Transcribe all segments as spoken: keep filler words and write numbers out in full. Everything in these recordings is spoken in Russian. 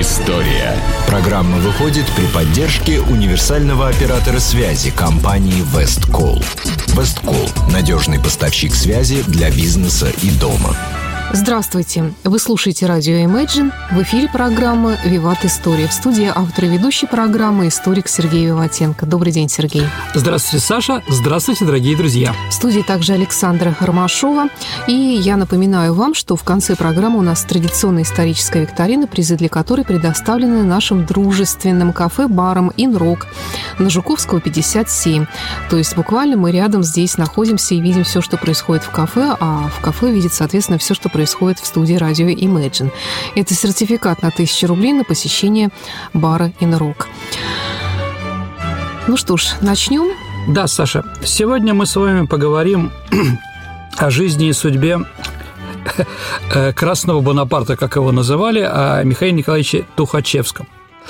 История. Программа выходит при поддержке универсального оператора связи компании Весткол. Весткол – надежный поставщик связи для бизнеса и дома. Здравствуйте! Вы слушаете радио Imagine. В эфире программа «Виват История». В студии автор и ведущий программы историк Сергей Виватенко. Добрый день, Сергей. Здравствуйте, Саша. Здравствуйте, дорогие друзья. В студии также Александра Хармашова. И я напоминаю вам, что в конце программы у нас традиционная историческая викторина, призы для которой предоставлены нашим дружественным кафе-баром «Инрок» на Жуковского, пятьдесят семь. То есть буквально мы рядом здесь находимся и видим все, что происходит в кафе, а в кафе видит, соответственно, все, что происходит происходит в студии радио Imagine. Это сертификат на тысячу рублей на посещение бара «Инрок». Ну что ж, начнем? Да, Саша, сегодня мы с вами поговорим о жизни и судьбе Красного Бонапарта, как его называли, о Михаиле Николаевиче Тухачевском.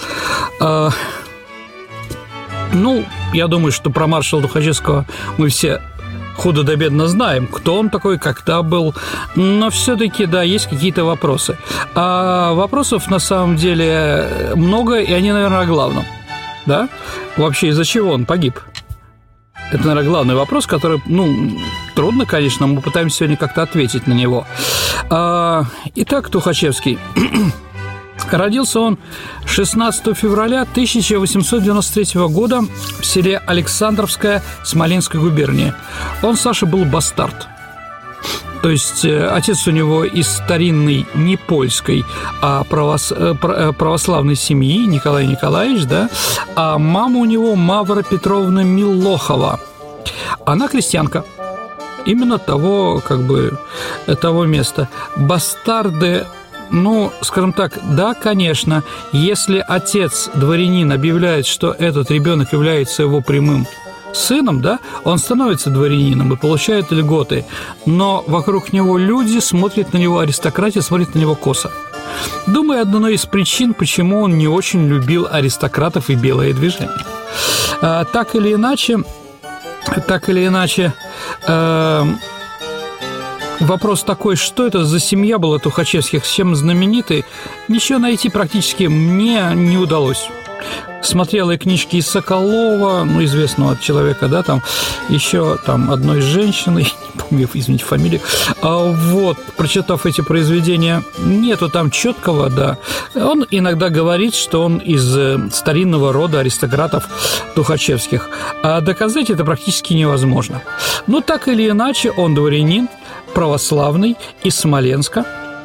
Ну, я думаю, что про маршала Тухачевского мы все худо-бедно знаем, кто он такой, когда был, но все-таки, да, есть какие-то вопросы. А вопросов, на самом деле, много, и они, наверное, о главном, да? Вообще, из-за чего он погиб? Это, наверное, главный вопрос, который, ну, трудно, конечно, мы пытаемся сегодня как-то ответить на него. А, итак, Тухачевский. Родился он шестнадцатого февраля тысяча восемьсот девяносто третьего года в селе Александровское Смоленской губернии. Он, Саша, был бастард. То есть отец у него из старинной не польской, а правос... православной семьи, Николай Николаевич, да, а мама у него Мавра Петровна Милохова. Она крестьянка. Именно того, как бы, того места. Бастарды... Ну, скажем так, да, конечно, если отец дворянин объявляет, что этот ребенок является его прямым сыном, да, он становится дворянином и получает льготы, но вокруг него люди смотрят на него, аристократия смотрит на него косо. Думаю, одной из причин, почему он не очень любил аристократов и белое движение. А, так или иначе, так или иначе... Э- Вопрос такой, что это за семья была Тухачевских, с чем знамениты, ничего найти практически мне не удалось. Смотрел и книжки из Соколова, ну, известного человека, да, там, еще там одной женщины, не помню, извините, фамилию, а вот, прочитав эти произведения, нету там четкого, да. Он иногда говорит, что он из старинного рода аристократов Тухачевских, а доказать это практически невозможно. Но так или иначе, он дворянин, православный, из Смоленска.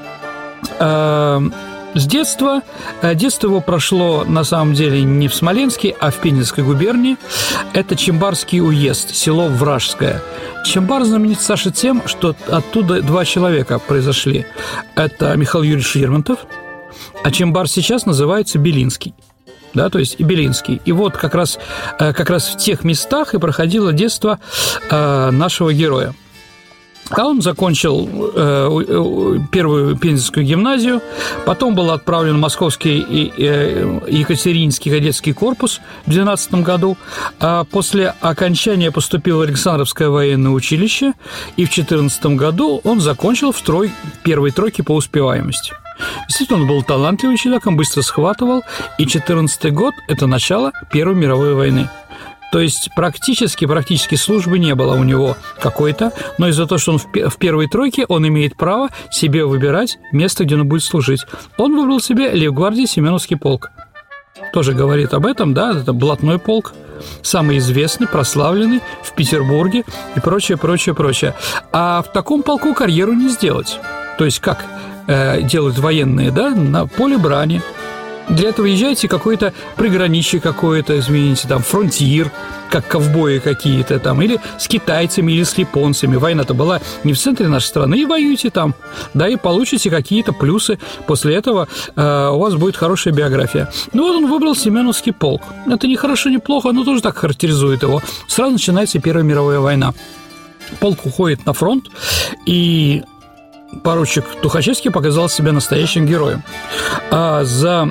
С детства, детство его прошло, на самом деле, не в Смоленске, а в Пензенской губернии. Это Чембарский уезд, село Вражское. Чембар знаменит, Саша, тем, что оттуда два человека произошли. Это Михаил Юрьевич Лермонтов, а Чембар сейчас называется Белинский. Да, то есть и Белинский. И вот как раз, как раз в тех местах и проходило детство нашего героя. А он закончил э, первую Пензенскую гимназию, потом был отправлен в Московский и э, Екатерининский кадетский корпус в двенадцатом году, а после окончания поступил в Александровское военное училище, и в четырнадцатом году он закончил в трой, первой тройке по успеваемости. Действительно, он был талантливым человеком, быстро схватывал, и четырнадцатый год – это начало Первой мировой войны. То есть практически, практически службы не было у него какой-то, но из-за того, что он в первой тройке, он имеет право себе выбирать место, где он будет служить. Он выбрал себе лейб-гвардии Семеновский полк. Тоже говорит об этом, да, это блатной полк, самый известный, прославленный в Петербурге и прочее, прочее, прочее. А в таком полку карьеру не сделать. То есть как э, делают военные, да, на поле брани. Для этого езжайте какое-то приграничье какое-то, извините, там, фронтир, как ковбои какие-то там, или с китайцами, или с японцами. Война-то была не в центре нашей страны, и воюйте там, да, и получите какие-то плюсы. После этого э, у вас будет хорошая биография. Ну, вот он выбрал Семеновский полк. Это не хорошо, не плохо, но тоже так характеризует его. Сразу начинается Первая мировая война. Полк уходит на фронт, и поручик Тухачевский показал себя настоящим героем. А за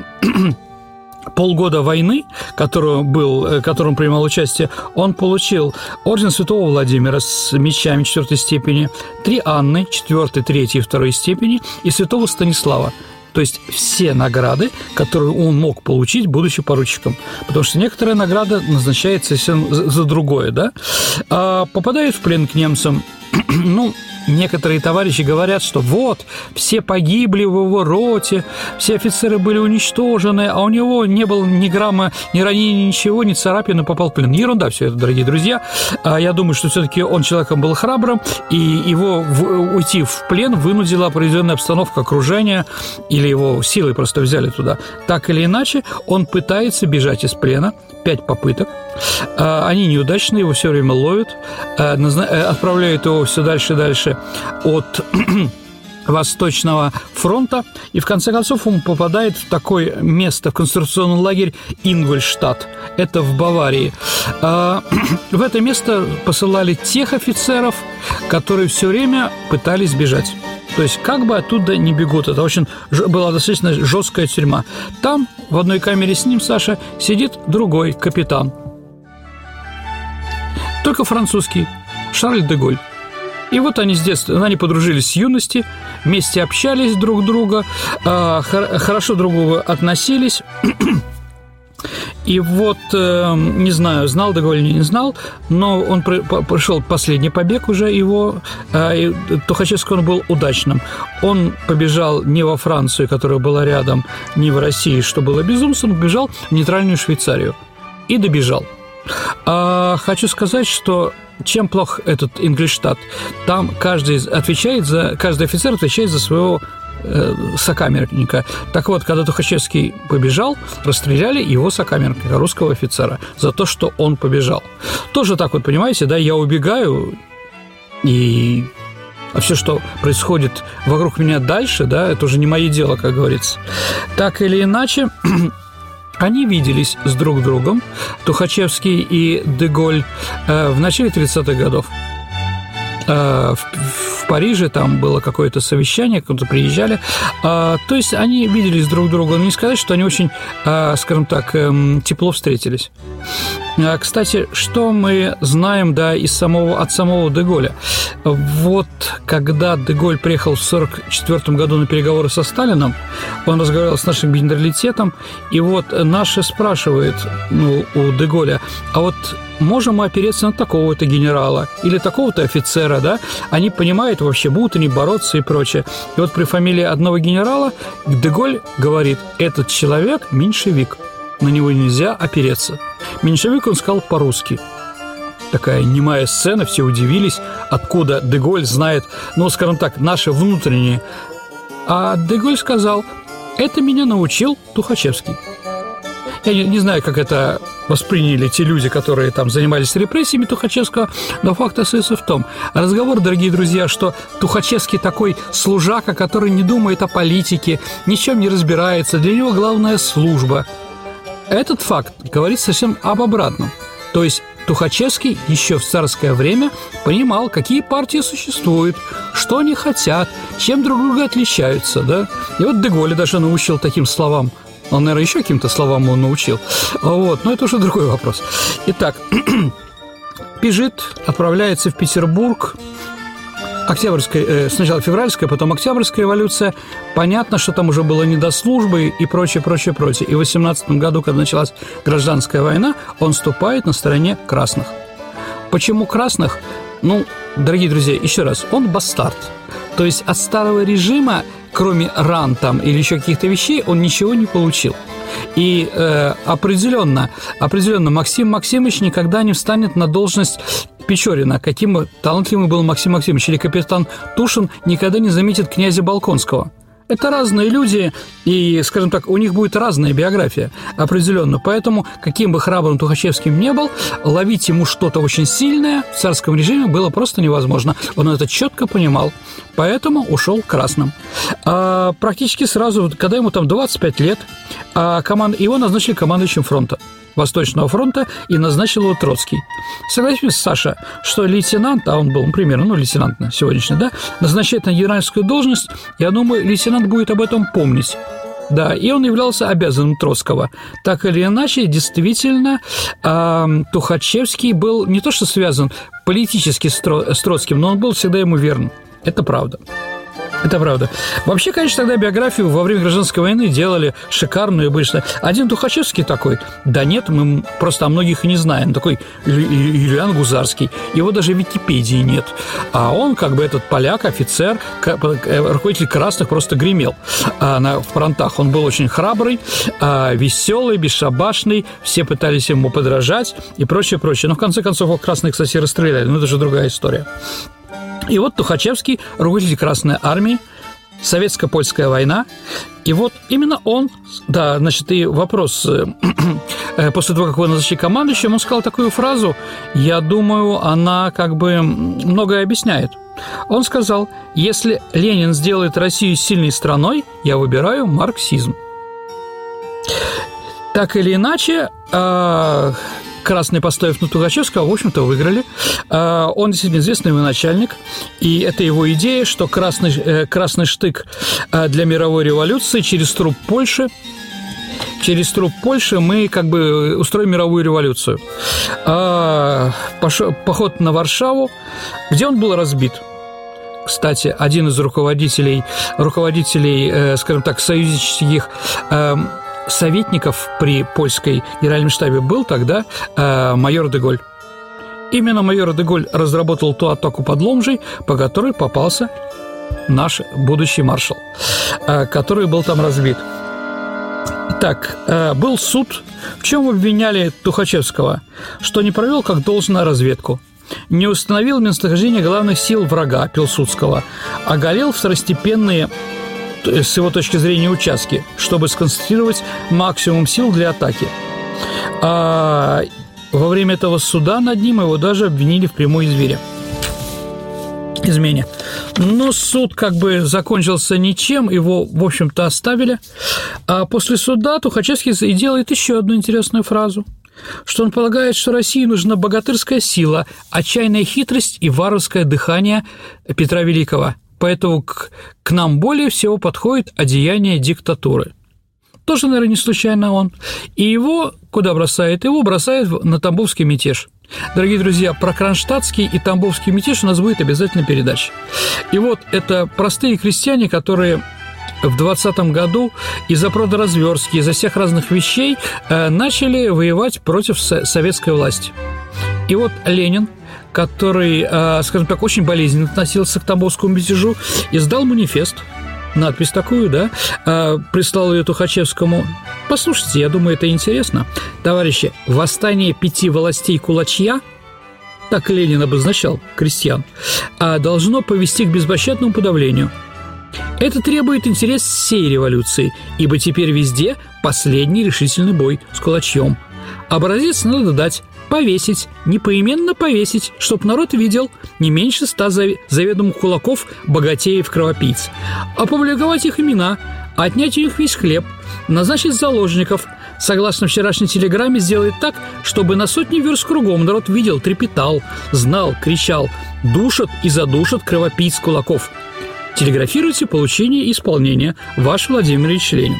полгода войны, которую был, которым принимал участие, он получил орден Святого Владимира с мечами четвертой степени, три Анны четвертой, третьей и второй степени и Святого Станислава То есть все награды, которые он мог получить, будучи поручиком. Потому что некоторая награда назначается за другое, да? А попадает в плен к немцам. Ну, некоторые товарищи говорят, что вот, все погибли в его роте, все офицеры были уничтожены, а у него не было ни грамма, ни ранения, ничего, ни царапины, попал в плен. Ерунда все это, дорогие друзья. Я думаю, что все-таки он человеком был храбрым, и его в, уйти в плен вынудила определенная обстановка окружения, или его силой просто взяли туда. Так или иначе, он пытается бежать из плена, пять попыток. Они неудачные, его все время ловят, отправляют его все дальше и дальше от Восточного фронта, и в конце концов он попадает в такое место, в концентрационный лагерь Ингольштадт, это в Баварии. В это место посылали тех офицеров, которые все время пытались бежать. То есть как бы оттуда не бегут. Это очень была достаточно жесткая тюрьма. Там, в одной камере с ним, Саша, сидит другой капитан. Только французский, Шарль де Голль. И вот они с детства, они подружились с юности, вместе общались друг друга, хорошо друг к другу относились. И вот, не знаю, знал де Голль или не знал, но он пришел последний побег уже его, Тухачевский он был удачным. Он побежал не во Францию, которая была рядом, не в России, что было безумством, он побежал в нейтральную Швейцарию и добежал. А хочу сказать, что чем плох этот Ингольштадт, там каждый отвечает за, каждый офицер отвечает за своего э, сокамерника. Так вот, когда Тухачевский побежал, расстреляли его сокамерника, русского офицера, за то, что он побежал. Тоже так вот, понимаете, да, я убегаю, и а все, что происходит вокруг меня дальше, да, это уже не мое дело, как говорится. Так или иначе, они виделись с друг другом, Тухачевский и де Голль, в начале тридцатых годов. В, в Париже там было какое-то совещание, куда-то приезжали. То есть они виделись друг друга, но не сказать, что они очень, скажем так, тепло встретились. Кстати, что мы знаем, да, из самого, от самого де Голля? Вот когда де Голль приехал в сорок четвёртом году на переговоры со Сталином, он разговаривал с нашим генералитетом, и вот наши спрашивают, ну, у де Голля, а вот можем мы опереться на такого-то генерала или такого-то офицера, да? Они понимают вообще, будут они бороться и прочее. И вот при фамилии одного генерала де Голль говорит, этот человек меньшевик, на него нельзя опереться. Меньшевик он сказал по-русски. Такая немая сцена, все удивились, откуда де Голль знает, ну, скажем так, наше внутреннее. А де Голль сказал, это меня научил Тухачевский. Я не, не знаю, как это восприняли те люди, которые там занимались репрессиями Тухачевского, но факт остается в том. Разговор, дорогие друзья, что Тухачевский такой служака, который не думает о политике, ничем не разбирается, для него главная служба. Этот факт говорит совсем об обратном. То есть Тухачевский еще в царское время понимал, какие партии существуют, что они хотят, чем друг друга отличаются, да? И вот де Голль даже научил таким словам. Он, наверное, еще каким-то словам он научил. Вот, но это уже другой вопрос. Итак, бежит, отправляется в Петербург. Октябрьская, э, сначала февральская, потом Октябрьская революция. Понятно, что там уже было не до службы и прочее, прочее, прочее. И в восемнадцатом году, когда началась гражданская война, он вступает на стороне красных. Почему красных? Ну, дорогие друзья, еще раз, он бастард. То есть от старого режима, кроме ран там или еще каких-то вещей, он ничего не получил. И э, определенно, определенно Максим Максимович никогда не встанет на должность Печорина, каким талантливым был Максим Максимович, или капитан Тушин никогда не заметит князя Болконского. Это разные люди, и, скажем так, у них будет разная биография, определенно. Поэтому, каким бы храбрым Тухачевским не был, ловить ему что-то очень сильное в царском режиме было просто невозможно. Он это четко понимал, поэтому ушел к красным. А, практически сразу, когда ему там двадцать пять лет, а команд... его назначили командующим фронта. Восточного фронта, и назначил его Троцкий. Согласитесь, Саша, что лейтенант, а он был, примерно, ну, лейтенант на сегодняшний, да, назначает на генеральскую должность, я думаю, лейтенант будет об этом помнить. Да, и он являлся обязанным Троцкого. Так или иначе, действительно, э, Тухачевский был не то что связан политически с, Тро- с Троцким, но он был всегда ему верен. Это правда. Это правда. Вообще, конечно, тогда биографию во время гражданской войны делали шикарную и быстро. Один Тухачевский такой, да нет, мы просто о многих и не знаем. Такой Юлиан Гузарский. Его даже в Википедии нет. А он, как бы этот поляк, офицер, руководитель красных, просто гремел на фронтах. Он был очень храбрый, веселый, бесшабашный. Все пытались ему подражать и прочее, прочее. Но в конце концов, его красные, кстати, расстреляли. Но это же другая история. И вот Тухачевский, руководитель Красной Армии, Советско-польская война. И вот именно он, да, значит, и вопрос, после того, как его назначили командующим, он сказал такую фразу, я думаю, она как бы многое объясняет. Он сказал, если Ленин сделает Россию сильной страной, я выбираю марксизм. Так или иначе, красные, поставив на Тухачевского, в общем-то, выиграли. Он действительно известный военачальник, и это его идея, что красный, красный штык для мировой революции через труп Польши, через труп Польши мы как бы устроим мировую революцию. Поход на Варшаву, где он был разбит. Кстати, один из руководителей, руководителей, скажем так, союзнических советников при польской генеральном штабе был тогда э, майор де Голь. Именно майор де Голь разработал ту атаку под Ломжей, по которой попался наш будущий маршал, э, который был там разбит. Итак, э, был суд, в чем обвиняли Тухачевского, что не провел как должно разведку, не установил местонахождение главных сил врага Пилсудского, оголил второстепенные с его точки зрения участки, чтобы сконцентрировать максимум сил для атаки. А во время этого суда над ним его даже обвинили в прямой измене. измене. Но суд как бы закончился ничем, его, в общем-то, оставили. А после суда Тухачевский и делает еще одну интересную фразу, что он полагает, что России нужна богатырская сила, отчаянная хитрость и варварское дыхание Петра Великого. Поэтому к, к нам более всего подходит одеяние диктатуры. Тоже, наверное, не случайно он. И его куда бросает? Его бросает на Тамбовский мятеж. Дорогие друзья, про Кронштадтский и Тамбовский мятеж у нас будет обязательно передача. И вот это простые крестьяне, которые в двадцатом году из-за продразверстки, из-за всех разных вещей э, начали воевать против со- советской власти. И вот Ленин, который, скажем так, очень болезненно относился к Тамбовскому мятежу, издал манифест, надпись такую, да, прислал ее Тухачевскому. Послушайте, я думаю, это интересно. Товарищи, восстание пяти властей кулачья, так Ленин обозначал крестьян, должно повести к беспощадному подавлению. Это требует интерес всей революции, ибо теперь везде последний решительный бой с кулачьем. Образец надо дать, повесить, непоименно повесить, чтоб народ видел не меньше ста заведомых кулаков, богатеев, кровопийц. Опубликовать их имена, отнять у них весь хлеб, назначить заложников. Согласно вчерашней телеграмме, сделать так, чтобы на сотни верст кругом народ видел, трепетал, знал, кричал: душат и задушат кровопийц кулаков. Телеграфируйте получение и исполнение. Ваш Владимир Ильич Ленин.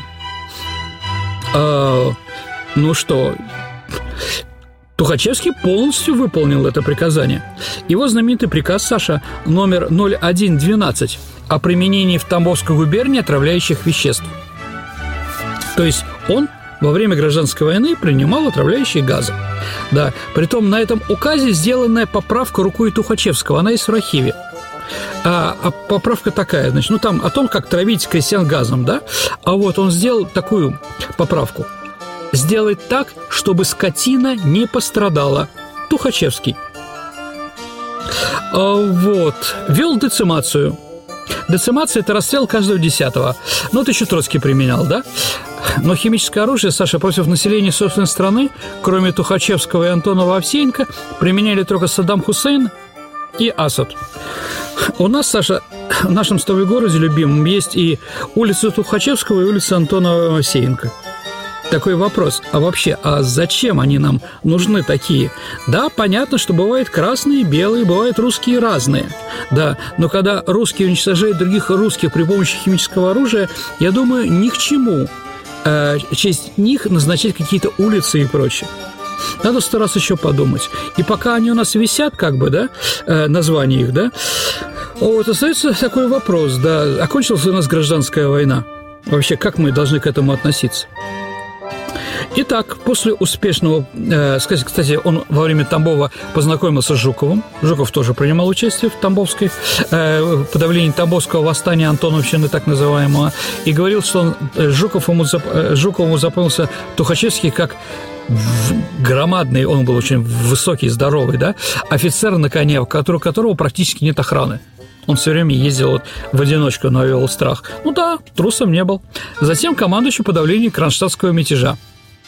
А, ну что... Тухачевский полностью выполнил это приказание. Его знаменитый приказ, Саша, номер ноль один двенадцать о применении в Тамбовской губернии отравляющих веществ. То есть он во время гражданской войны принимал отравляющие газы. Да, притом на этом указе сделанная поправка рукой Тухачевского, она есть в архиве. А, а поправка такая, значит, ну там о том, как травить крестьян газом, да? А вот он сделал такую поправку. Сделать так, чтобы скотина не пострадала. Тухачевский. Вот. Вел децимацию. Децимация – это расстрел каждого десятого. Ну, это еще Троцкий применял, да? Но химическое оружие, Саша, против населения собственной страны, кроме Тухачевского и Антонова Овсеенко, применяли только Саддам Хусейн и Асад. У нас, Саша, в нашем с тобой городе любимом есть и улица Тухачевского, и улица Антонова Овсеенко. Такой вопрос, а вообще, а зачем они нам нужны такие? Да, понятно, что бывают красные, белые, бывают русские разные. Да, но когда русские уничтожают других русских при помощи химического оружия, я думаю, ни к чему э, в честь них назначать какие-то улицы и прочее. Надо сто раз еще подумать. И пока они у нас висят, как бы, да, э, названия их, да, О, вот остается такой вопрос, да, окончилась у нас гражданская война. Вообще, как мы должны к этому относиться? Итак, после успешного, э, кстати, он во время Тамбова познакомился с Жуковым. Жуков тоже принимал участие в Тамбовской э, подавлении Тамбовского восстания Антоновщины, так называемого, и говорил, что он, Жуков ему, Жукову запомнился Тухачевский как громадный, он был очень высокий, здоровый, да, офицер на коне, у которого, которого практически нет охраны. Он все время ездил вот в одиночку, навел страх. Ну да, трусом не был. Затем командующий подавлением кронштадтского мятежа.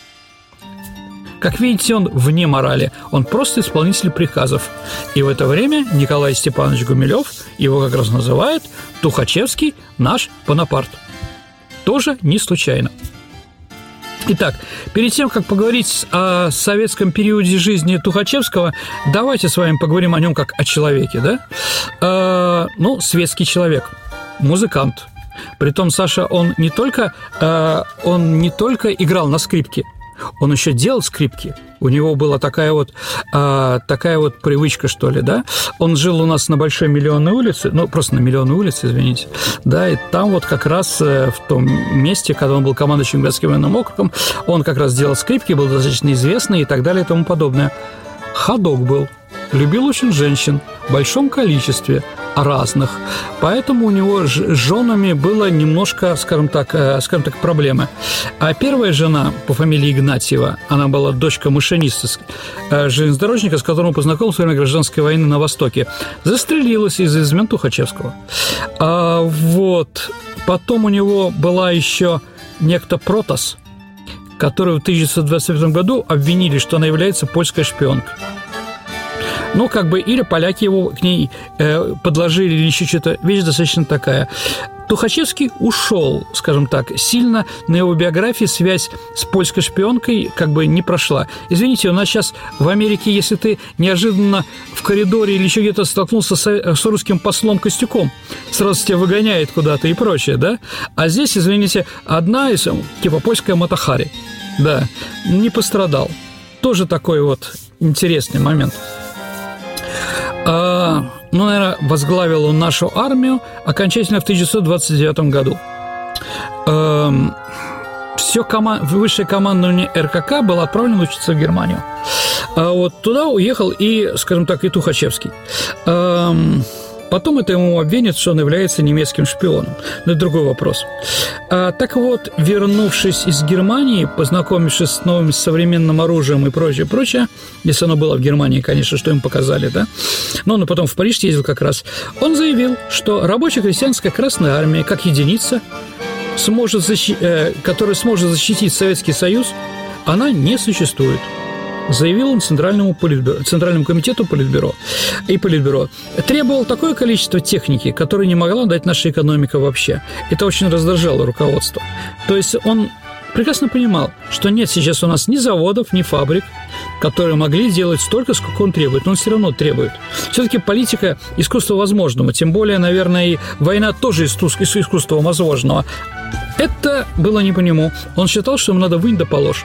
Как видите, он вне морали, он просто исполнитель приказов. И в это время Николай Степанович Гумилев его как раз называет Тухачевский наш Бонапарт. Тоже не случайно. Итак, перед тем, как поговорить о советском периоде жизни Тухачевского, давайте с вами поговорим о нем как о человеке, да? Э, ну, светский человек, музыкант. Притом, Саша, он не только, э, он не только играл на скрипке, он еще делал скрипки. У него была такая вот, а, такая вот привычка, что ли, да? Он жил у нас на Большой Миллионной улице, ну, просто на Миллионной улице, извините, да, и там вот как раз в том месте, когда он был командующим городским военным округом, он как раз делал скрипки, был достаточно известный и так далее и тому подобное. Ходок был, любил очень женщин в большом количестве, разных, поэтому у него с женами было немножко, скажем так, скажем так, проблемы. А первая жена по фамилии Игнатьева, она была дочка машиниста, железнодорожника, с которым он познакомился во время гражданской войны на Востоке, застрелилась из-за измен Тухачевского. А вот потом у него была еще некто Протас, которую в тысяча девятьсот двадцать пятом году обвинили, что она является польской шпионкой. Ну, как бы, или поляки его к ней э, подложили, или еще что-то. Вещь достаточно такая. Тухачевский ушел, скажем так, сильно на его биографии связь с польской шпионкой как бы не прошла. Извините, у нас сейчас в Америке, если ты неожиданно в коридоре или еще где-то столкнулся с, с русским послом Костюком, сразу тебя выгоняет куда-то и прочее, да? А здесь, извините, одна из, типа, польская Матахари, да, не пострадал. Тоже такой вот интересный момент. А, ну, наверное, возглавил он нашу армию окончательно в тысяча девятьсот двадцать девятом году. А, все кома- высшее командование эр ка ка было отправлено учиться в Германию. А вот туда уехал и, скажем так, и Тухачевский. А, потом это ему обвинят, что он является немецким шпионом. Но это другой вопрос. А, так вот, вернувшись из Германии, познакомившись с новым современным оружием и прочее, прочее, если оно было в Германии, конечно, что им показали, да, но он потом в Париж ездил как раз, он заявил, что рабоче-крестьянская Красная Армия, как единица, сможет защи- э, которая сможет защитить Советский Союз, она не существует. Заявил он Центральному, политбюро, Центральному комитету Политбюро и Политбюро. Требовал такое количество техники, которое не могла дать наша экономика вообще. Это очень раздражало руководство. То есть он прекрасно понимал, что нет сейчас у нас ни заводов, ни фабрик, которые могли делать столько, сколько он требует, но он все равно требует. Все-таки политика – искусство возможного, тем более, наверное, и война тоже искусство возможного. Это было не по нему. Он считал, что ему надо вынь да положь.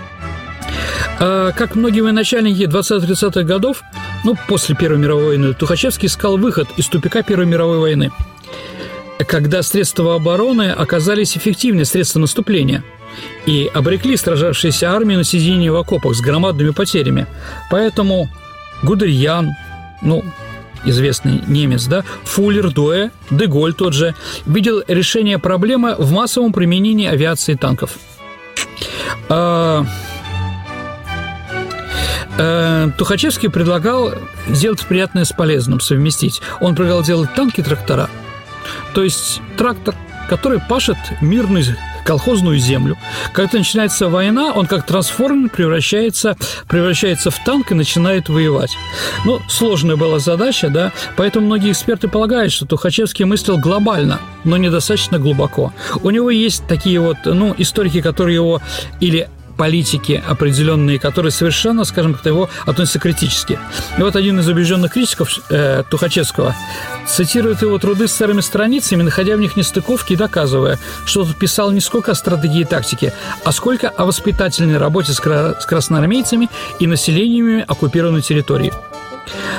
Как многие военачальники двадцатых-тридцатых годов, ну, после Первой мировой войны, Тухачевский искал выход из тупика Первой мировой войны, когда средства обороны оказались эффективнее средства наступления и обрекли сражавшиеся армии на сидение в окопах с громадными потерями. Поэтому Гудериан, ну, известный немец, да, Фуллер, Дуэ, де Голь тот же, видел решение проблемы в массовом применении авиации и танков. А... Тухачевский предлагал сделать приятное с полезным, совместить. Он предлагал делать танки и трактора. То есть трактор, который пашет мирную колхозную землю. Когда начинается война, он как трансформер превращается, превращается в танк и начинает воевать. Ну, сложная была задача, да, поэтому многие эксперты полагают, что Тухачевский мыслил глобально, но недостаточно глубоко. У него есть такие вот, ну, историки, которые его или политики определенные, которые совершенно, скажем так, его относятся критически. И вот один из убежденных критиков э, Тухачевского цитирует его труды с старыми страницами, находя в них нестыковки и доказывая, что он писал не сколько о стратегии и тактике, а сколько о воспитательной работе с, кра- с красноармейцами и населениями оккупированной территории.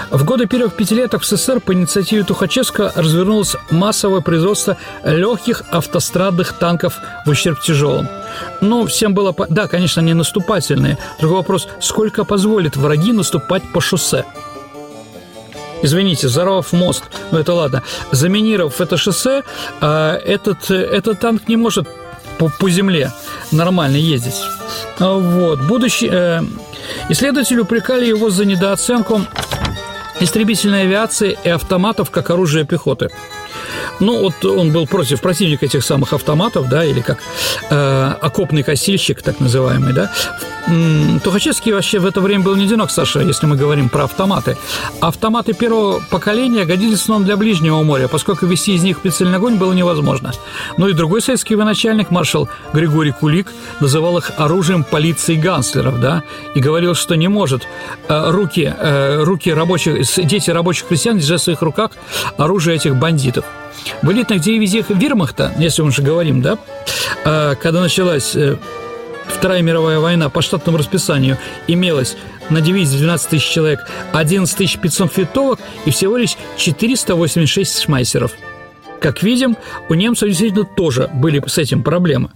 В годы первых пятилеток в СССР по инициативе Тухачевского развернулось массовое производство легких автострадных танков в ущерб тяжелым. Ну, всем было... По... Да, конечно, они наступательные. Другой вопрос, сколько позволит враги наступать по шоссе? Извините, взорвав мост, ну это ладно, заминировав это шоссе, этот, этот танк не может по, по земле нормально ездить. Вот. Будущий, э, исследователи упрекали его за недооценку истребительной авиации и автоматов как оружия пехоты. Ну, вот он был против противника этих самых автоматов, да, или как э, окопный косильщик, так называемый, да. Тухачевский вообще в это время был не одинок, Саша, если мы говорим про автоматы. Автоматы первого поколения годились в основном для ближнего моря, поскольку вести из них прицельный огонь было невозможно. Ну и другой советский военачальник, маршал Григорий Кулик, называл их оружием полиции ганслеров, да, и говорил, что не может э, руки, э, руки рабочих, дети рабочих крестьян держать в своих руках оружие этих бандитов. В элитных дивизиях вермахта, если мы же говорим, да, э, когда началась... Э, Вторая мировая война по штатному расписанию имелась на дивизии двенадцать тысяч человек, одиннадцать тысяч пятьсот винтовок и всего лишь четыреста восемьдесят шесть шмайсеров. Как видим, у немцев действительно тоже были с этим проблемы.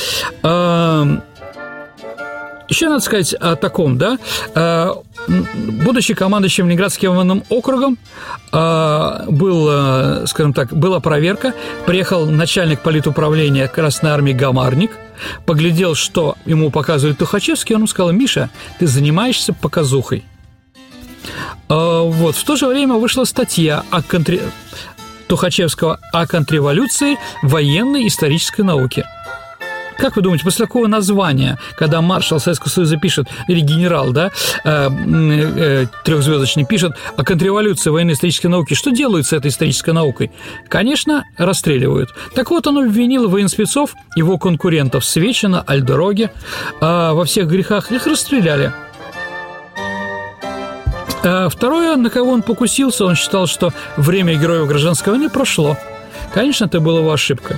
Еще надо сказать о таком, да, будучи командующим Ленинградским военным округом, был, скажем так, была проверка, приехал начальник политуправления Красной армии Гамарник, поглядел, что ему показывает Тухачевский, он ему сказал: «Миша, ты занимаешься показухой». Вот. В то же время вышла статья о контр... Тухачевского о контрреволюции военной исторической науки. Как вы думаете, после такого названия, когда маршал Советского Союза пишет, или генерал, да, э, э, трехзвездочный пишет о контрреволюции военной исторической науки, что делают с этой исторической наукой? Конечно, расстреливают. Так вот, он обвинил военспецов, его конкурентов Свечина, Альдороги, э, во всех грехах, их расстреляли. Э, второе, на кого он покусился, он считал, что время героев гражданской войны прошло. Конечно, это была его ошибка.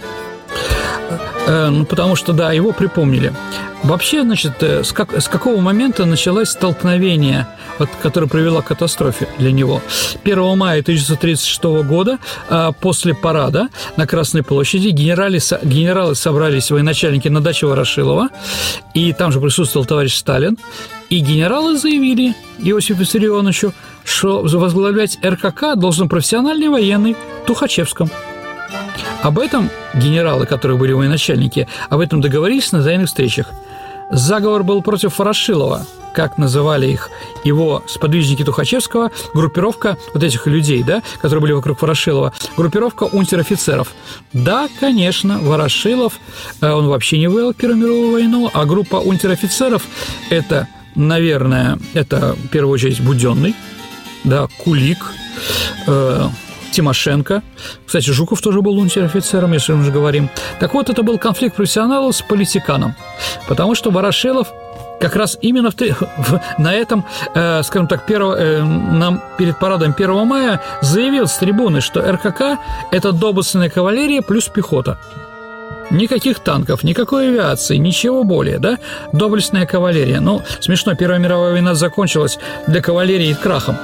Ну, потому что, да, его припомнили. Вообще, значит, с, как, с какого момента началось столкновение, вот, которое привело к катастрофе для него? первого мая тысяча девятьсот тридцать шестого года, после парада на Красной площади, генерали, генералы собрались, военачальники, на даче Ворошилова, и там же присутствовал товарищ Сталин, и генералы заявили Иосифу Виссарионовичу, что возглавлять эр ка ка должен профессиональный военный Тухачевском. Об этом генералы, которые были военачальники, об этом договорились на тайных встречах. Заговор был против Ворошилова, как называли их его сподвижники Тухачевского, группировка вот этих людей, да, которые были вокруг Ворошилова, группировка унтер-офицеров. Да, конечно, Ворошилов, он вообще не воевал Первую мировую войну, а группа унтер-офицеров – это, наверное, это в первую очередь Будённый, да, Кулик, э, Тимошенко. Кстати, Жуков тоже был унтер-офицером, если мы уже говорим. Так вот, это был конфликт профессионалов с политиканом, потому что Ворошилов как раз именно в, в, на этом, э, скажем так, перво, э, нам перед парадом первого мая заявил с трибуны, что эр ка ка – это доблестная кавалерия плюс пехота. Никаких танков, никакой авиации, ничего более, да? Доблестная кавалерия. Ну, смешно, Первая мировая война закончилась для кавалерии крахом.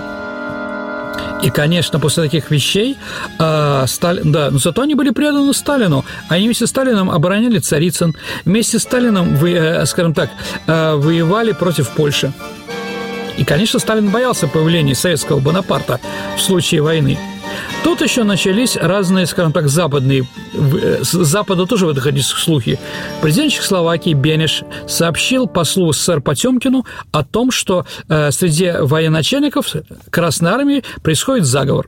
И, конечно, после таких вещей э, Сталин, да, но зато они были преданы Сталину. Они вместе с Сталином обороняли Царицын, вместе с Сталином, вы, э, скажем так, э, воевали против Польши. И, конечно, Сталин боялся появления советского Бонапарта в случае войны. Тут еще начались разные, скажем так, западные, с Запада тоже выходили слухи. Президент Чехословакии Бенеш сообщил послу СССР Потемкину о том, что э, среди военачальников Красной армии происходит заговор.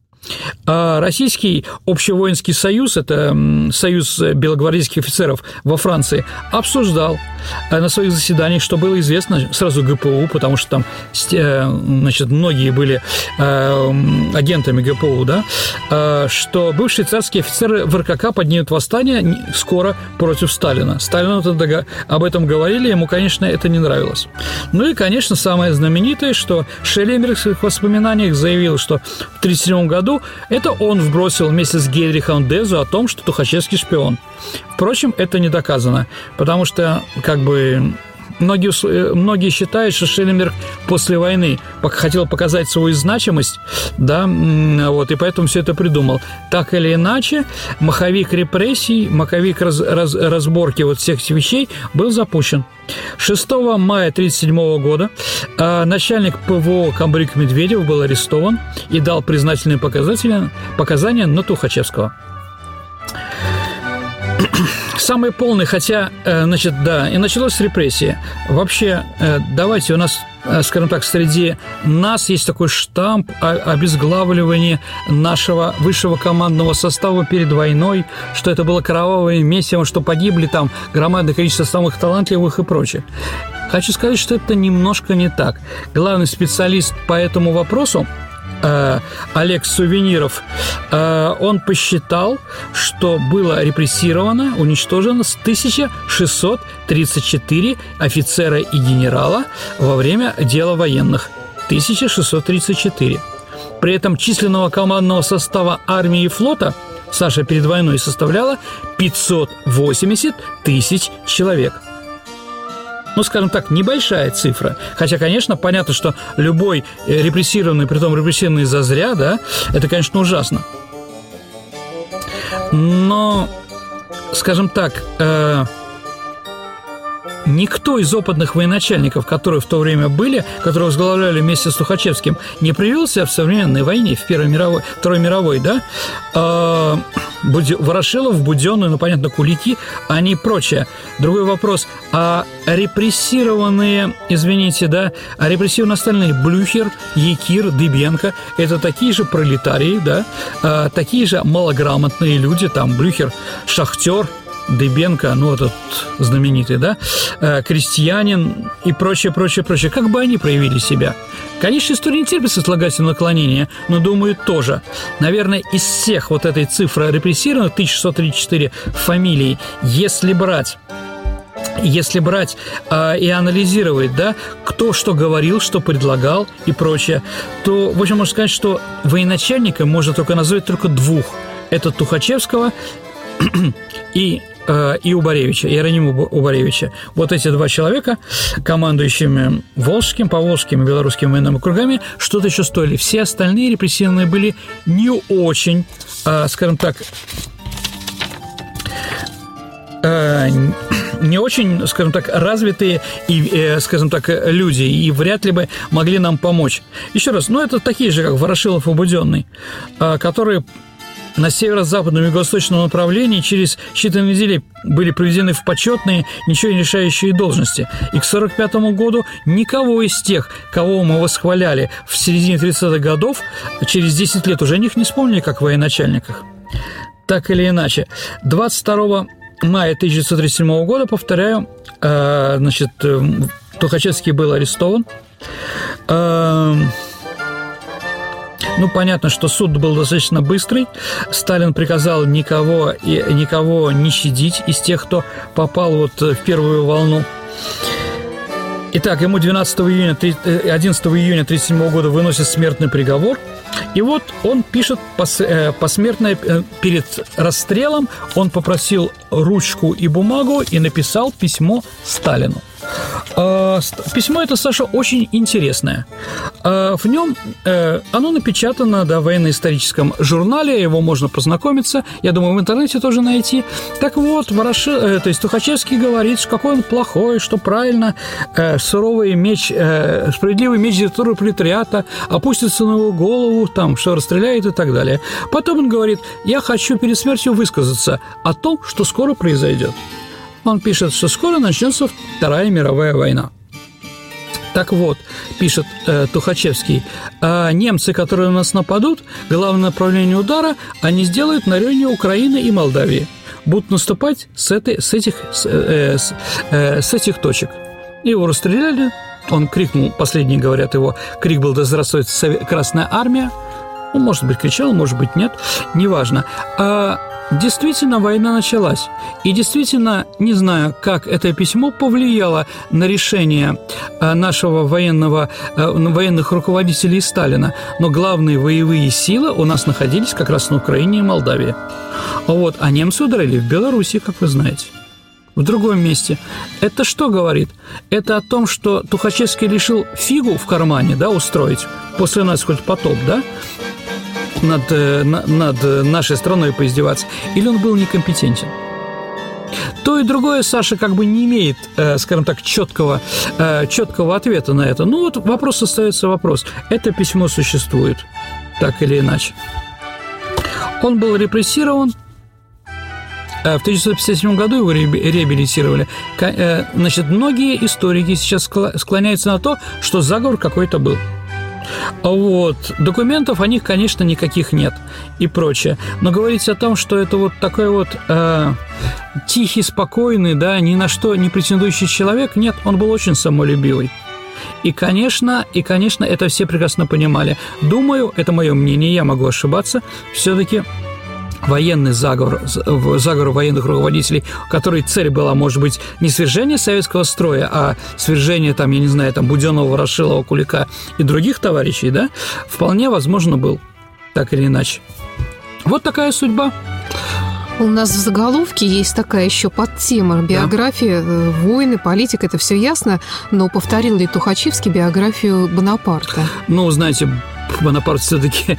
А Российский общевоинский союз, это союз белогвардейских офицеров во Франции, обсуждал на своих заседаниях, что было известно сразу гэ пэ у, потому что там, значит, многие были агентами гэ пэ у, да, что бывшие царские офицеры в эр ка ка поднимут восстание скоро против Сталина. Сталину тогда об этом говорили, ему, конечно, это не нравилось. Ну и, конечно, самое знаменитое, что Шеллемер в своих воспоминаниях заявил, что в тысяча девятьсот тридцать седьмом году это он вбросил вместе с Гейдрихом Дезу о том, что Тухачевский шпион. Впрочем, это не доказано, потому что, как бы, многие, многие считают, что Шелленберг после войны хотел показать свою значимость, да, вот, и поэтому все это придумал. Так или иначе, маховик репрессий, маховик раз, раз, разборки вот всех этих вещей был запущен. шестого мая тысяча девятьсот тридцать седьмого года начальник ПВО Камбрик Медведев был арестован и дал признательные показатели, показания на Тухачевского. Самый полный, хотя, значит, да, и началось с репрессии. Вообще, давайте, у нас, скажем так, среди нас есть такой штамп обезглавливания нашего высшего командного состава перед войной, что это было кровавое месиво, что погибли там громадное количество самых талантливых и прочее. Хочу сказать, что это немножко не так. Главный специалист по этому вопросу, Олег Сувениров, он посчитал, что было репрессировано, уничтожено тысяча шестьсот тридцать четыре офицера и генерала во время дела военных. тысяча шестьсот тридцать четыре. При этом численного командного состава армии и флота, Саша, перед войной составляло пятьсот восемьдесят тысяч человек. Ну, скажем так, небольшая цифра. Хотя, конечно, понятно, что любой репрессированный, притом репрессированный зазря, да, это, конечно, ужасно. Но, скажем так, э, никто из опытных военачальников, которые в то время были, которые возглавляли вместе с Тухачевским, не привел себя в современной войне, в Первой мировой, Второй мировой, да, э, Ворошилов, Будённый, ну, понятно, Кулики, они прочее. Другой вопрос, а репрессированные, извините, да, а репрессированные остальные, Блюхер, Якир, Дыбенко, это такие же пролетарии, да, а, такие же малограмотные люди, там, Блюхер, шахтер, Дыбенко, ну, этот знаменитый, да, крестьянин и прочее, прочее, прочее. Как бы они проявили себя? Конечно, история не терпит сослагательного наклонения, но, думаю, тоже. Наверное, из всех вот этой цифры репрессированных, тысяча шестьсот тридцать четыре фамилий, если брать... Если брать э, и анализировать, да, кто что говорил, что предлагал и прочее, то, в общем, можно сказать, что военачальника можно только назвать только двух. Это Тухачевского и, э, и Убаревича, Иеронима Убаревича. Вот эти два человека, командующими Волжским, Поволжским и Белорусским военными округами, что-то еще стоили. Все остальные репрессированные были не очень, э, скажем так, э, не очень, скажем так, развитые и, э, скажем так, люди, и вряд ли бы могли нам помочь. Еще раз, ну, это такие же, как Ворошилов и Будённый, э, которые на северо-западном и юго-восточном направлении через считанные недели были приведены в почетные, ничего не решающие должности. И к сорок пятому году никого из тех, кого мы восхваляли в середине тридцатых годов, через десять лет уже о них не вспомнили, как военачальниках. Так или иначе, двадцать второго мая тысяча девятьсот тридцать седьмого года, повторяю, э, значит, э, Тухачевский был арестован. Э, ну, понятно, что суд был достаточно быстрый. Сталин приказал никого, и, никого не щадить из тех, кто попал вот в первую волну. Итак, ему двенадцатого июня, одиннадцатого июня тысяча девятьсот тридцать седьмого года выносит смертный приговор. И вот он пишет посмертное, перед расстрелом он попросил ручку и бумагу и написал письмо Сталину. Письмо это, Саша, очень интересное. В нем оно напечатано, да, в военно-историческом журнале, его можно познакомиться, я думаю, в интернете тоже найти. Так вот, Ворошилов, то есть Тухачевский говорит, что какой он плохой, что правильно суровый меч, справедливый меч диктатуры пролетариата опустится на его голову, там, что расстреляет и так далее. Потом он говорит, я хочу перед смертью высказаться о том, что скоро произойдет. Он пишет, что скоро начнется Вторая мировая война. Так вот, пишет э, Тухачевский, а немцы, которые на нас нападут, главное направление удара они сделают на районе Украины и Молдавии. Будут наступать с, этой, с, этих, с, э, с, э, с этих точек. Его расстреляли, он крикнул, последние говорят его, крик был «Да здравствует Красная Армия». Он, может быть, кричал, может быть, нет, неважно. А действительно, война началась. И действительно, не знаю, как это письмо повлияло на решение нашего военного, военных руководителей Сталина, но главные боевые силы у нас находились как раз на Украине и Молдавии. Вот, а немцы ударили в Беларуси, как вы знаете. в другом месте. Это что говорит? Это о том, что Тухачевский решил фигу в кармане, да, устроить, после нас хоть потоп, да, над, над нашей страной поиздеваться, или он был некомпетентен? То и другое, Саша, как бы не имеет, скажем так, четкого, четкого ответа на это. Ну вот вопрос остается вопрос. Это письмо существует, так или иначе. Он был репрессирован. В тысяча девятьсот пятьдесят седьмом году его реабилитировали. Значит, многие историки сейчас склоняются на то, что заговор какой-то был. Вот. Документов о них, конечно, никаких нет и прочее. Но говорить о том, что это вот такой вот э, тихий, спокойный, да, ни на что не претендующий человек, нет, он был очень самолюбивый. И, конечно, и, конечно, это все прекрасно понимали. Думаю, это мое мнение, я могу ошибаться, все-таки военный заговор, заговор военных руководителей, у которой цель была, может быть, не свержение советского строя, а свержение, там, я не знаю, там, Будённого, Ворошилова, Кулика и других товарищей, да, вполне возможно был, так или иначе. Вот такая судьба. У нас в заголовке есть такая еще подтема: биография, да. Войны, политика, это все ясно, но повторил ли Тухачевский биографию Бонапарта? Ну, знаете, Бонапарт все-таки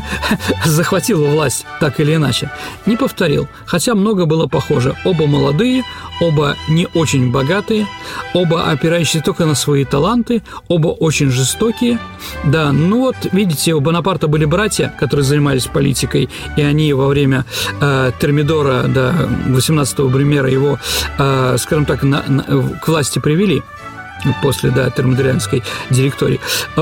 захватил власть, так или иначе. Не повторил, хотя много было похоже. Оба молодые, оба не очень богатые, оба опирающиеся только на свои таланты, оба очень жестокие. Да, ну вот, видите, у Бонапарта были братья, которые занимались политикой, и они во время э, Термидора, да, восемнадцатого Брюмера его, э, скажем так, на, на, к власти привели после, да, термидорианской директории.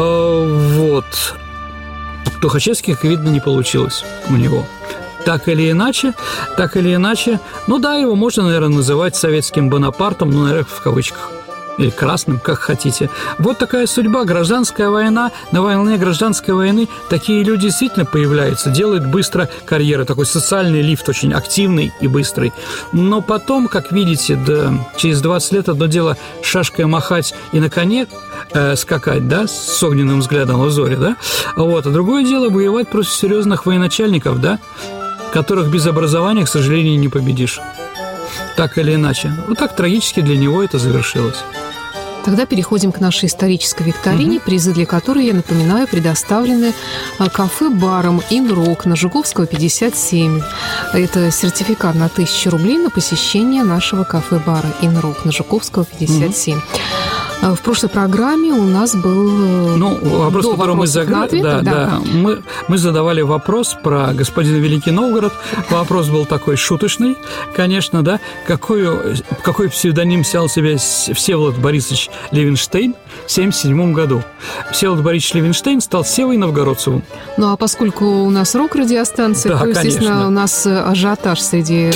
Э, вот. Тухачевский, как видно, не получилось у него. Так или иначе, так или иначе, ну да, его можно, наверное, называть советским Бонапартом, ну, наверное, в кавычках. Или красным, как хотите. Вот такая судьба. Гражданская война. На волне гражданской войны такие люди действительно появляются, делают быстро карьеру. Такой социальный лифт очень активный и быстрый. Но потом, как видите, да, через двадцать лет одно дело шашкой махать и на коне э, скакать, да, с огненным взглядом в зоре, да, вот. А другое дело воевать против серьезных военачальников, да, которых без образования, к сожалению, не победишь. Так или иначе. Вот так трагически для него это завершилось. Тогда переходим к нашей исторической викторине, угу. Призы для которой, я напоминаю, предоставлены кафе-баром «Инрок» на Жуковского, пятьдесят семь. Это сертификат на тысячу рублей на посещение нашего кафе-бара «Инрок» на Жуковского, пятьдесят семь. Угу. В прошлой программе у нас был... Ну, вопрос, который мы загадали, да, да. да. Мы, мы задавали вопрос про господина Великий Новгород. Вопрос был такой шуточный, конечно, да. Какой, какой псевдоним взял себя Всеволод Борисович Левинштейн в семьдесят седьмом году? Всеволод Борисович Левинштейн стал Севой Новгородцевым. Ну, а поскольку у нас рок-радиостанция, да, то, естественно, конечно. У нас ажиотаж среди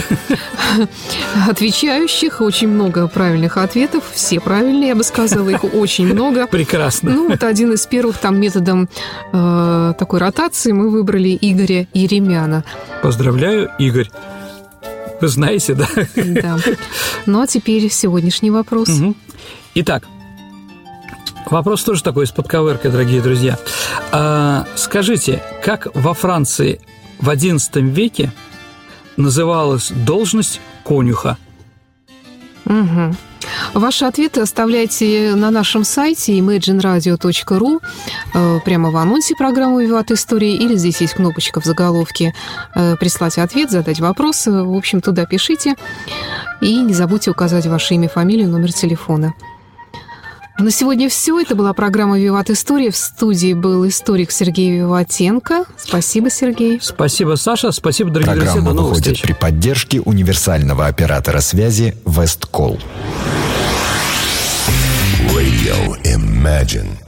отвечающих. Очень много правильных ответов. Все правильные, я бы сказала. Их очень много. Прекрасно. Ну, вот один из первых там методом э, такой ротации мы выбрали Игоря Еремяна. Поздравляю, Игорь. Вы знаете, да? Да. Ну, а теперь сегодняшний вопрос. Угу. Итак, вопрос тоже такой с подковыркой, дорогие друзья. А, скажите, как во Франции в одиннадцатом веке называлась должность конюха? Угу. Ваши ответы оставляйте на нашем сайте имэджин радио точка ру прямо в анонсе программы «Виват История», или здесь есть кнопочка в заголовке «Прислать ответ», «Задать вопрос». В общем, туда пишите. И не забудьте указать ваше имя, фамилию, номер телефона. На сегодня все. Это была программа «Виват История». В студии был историк Сергей Виватенко. Спасибо, Сергей. Спасибо, Саша. Спасибо, дорогие Программа друзья. До новых выходит встреч. При поддержке универсального оператора связи Весткол. Radio Imagine.